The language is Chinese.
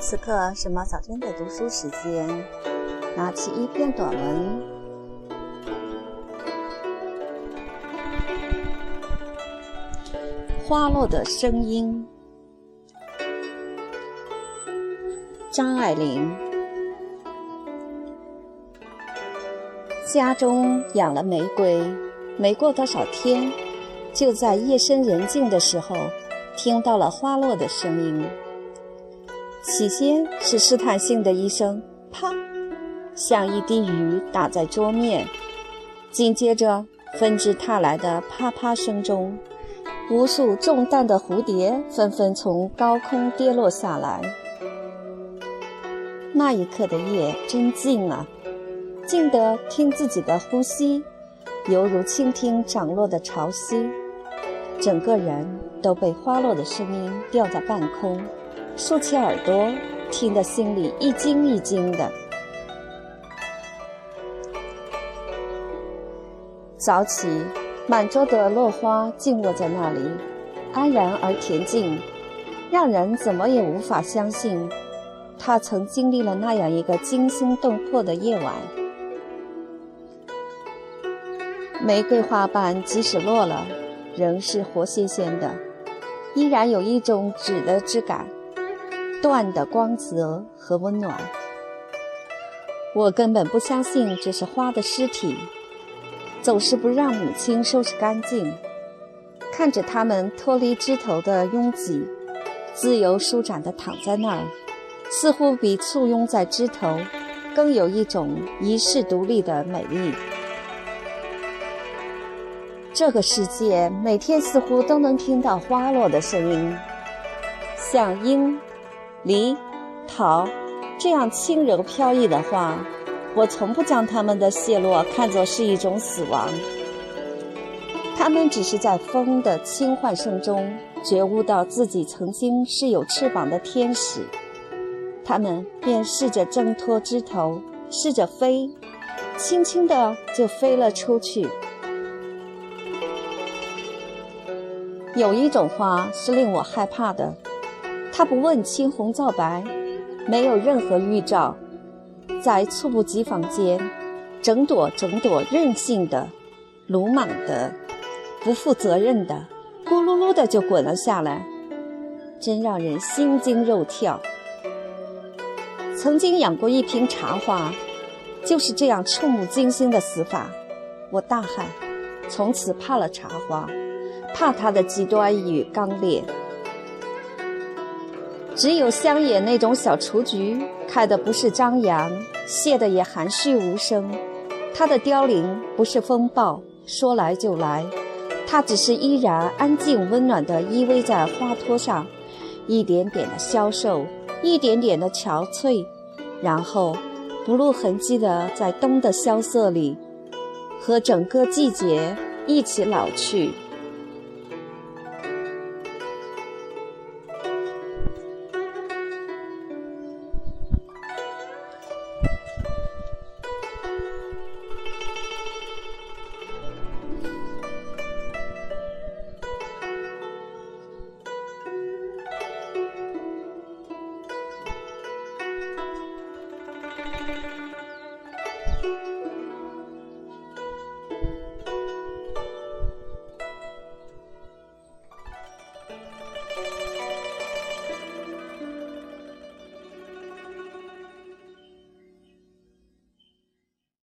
此刻是毛小珍的读书时间，拿起一篇短文，花落的声音。张爱玲。家中养了玫瑰，没过多少天，就在夜深人静的时候，听到了花落的声音。起先是试探性的一声啪，像一滴雨打在桌面，紧接着纷至沓来的啪啪声中，无数中弹的蝴蝶纷纷从高空跌落下来。那一刻的夜真静啊，静得听自己的呼吸，犹如倾听涨落的潮汐。整个人都被花落的声音吊在半空，竖起耳朵，听得心里一惊一惊的。早起，满桌的落花静落在那里，安然而恬静，让人怎么也无法相信他曾经历了那样一个惊心动魄的夜晚。玫瑰花瓣即使落了，仍是活鲜鲜的，依然有一种纸的质感，缎的光泽和温暖。我根本不相信这是花的尸体，总是不让母亲收拾干净，看着它们脱离枝头的拥挤，自由舒展地躺在那儿，似乎比簇拥在枝头更有一种遗世独立的美丽。这个世界每天似乎都能听到花落的声音，像樱、梨、桃这样轻柔飘逸的花，我从不将它们的谢落看作是一种死亡。它们只是在风的轻唤声中觉悟到自己曾经是有翅膀的天使，它们便试着挣脱枝头，试着飞，轻轻地就飞了出去。有一种花是令我害怕的，它不问青红皂白，没有任何预兆，在猝不及防间，整朵任性的、鲁莽的、不负责任的，咕噜噜的就滚了下来，真让人心惊肉跳。曾经养过一瓶茶花，就是这样触目惊心的死法。我大喊，从此怕了茶花，怕它的极端与刚烈。只有乡野那种小雏菊，开的不是张扬，谢的也含蓄无声。它的凋零不是风暴，说来就来，它只是依然安静温暖地依偎在花托上，一点点的消瘦，一点点的憔悴，然后不露痕迹地在冬的萧瑟里和整个季节一起老去。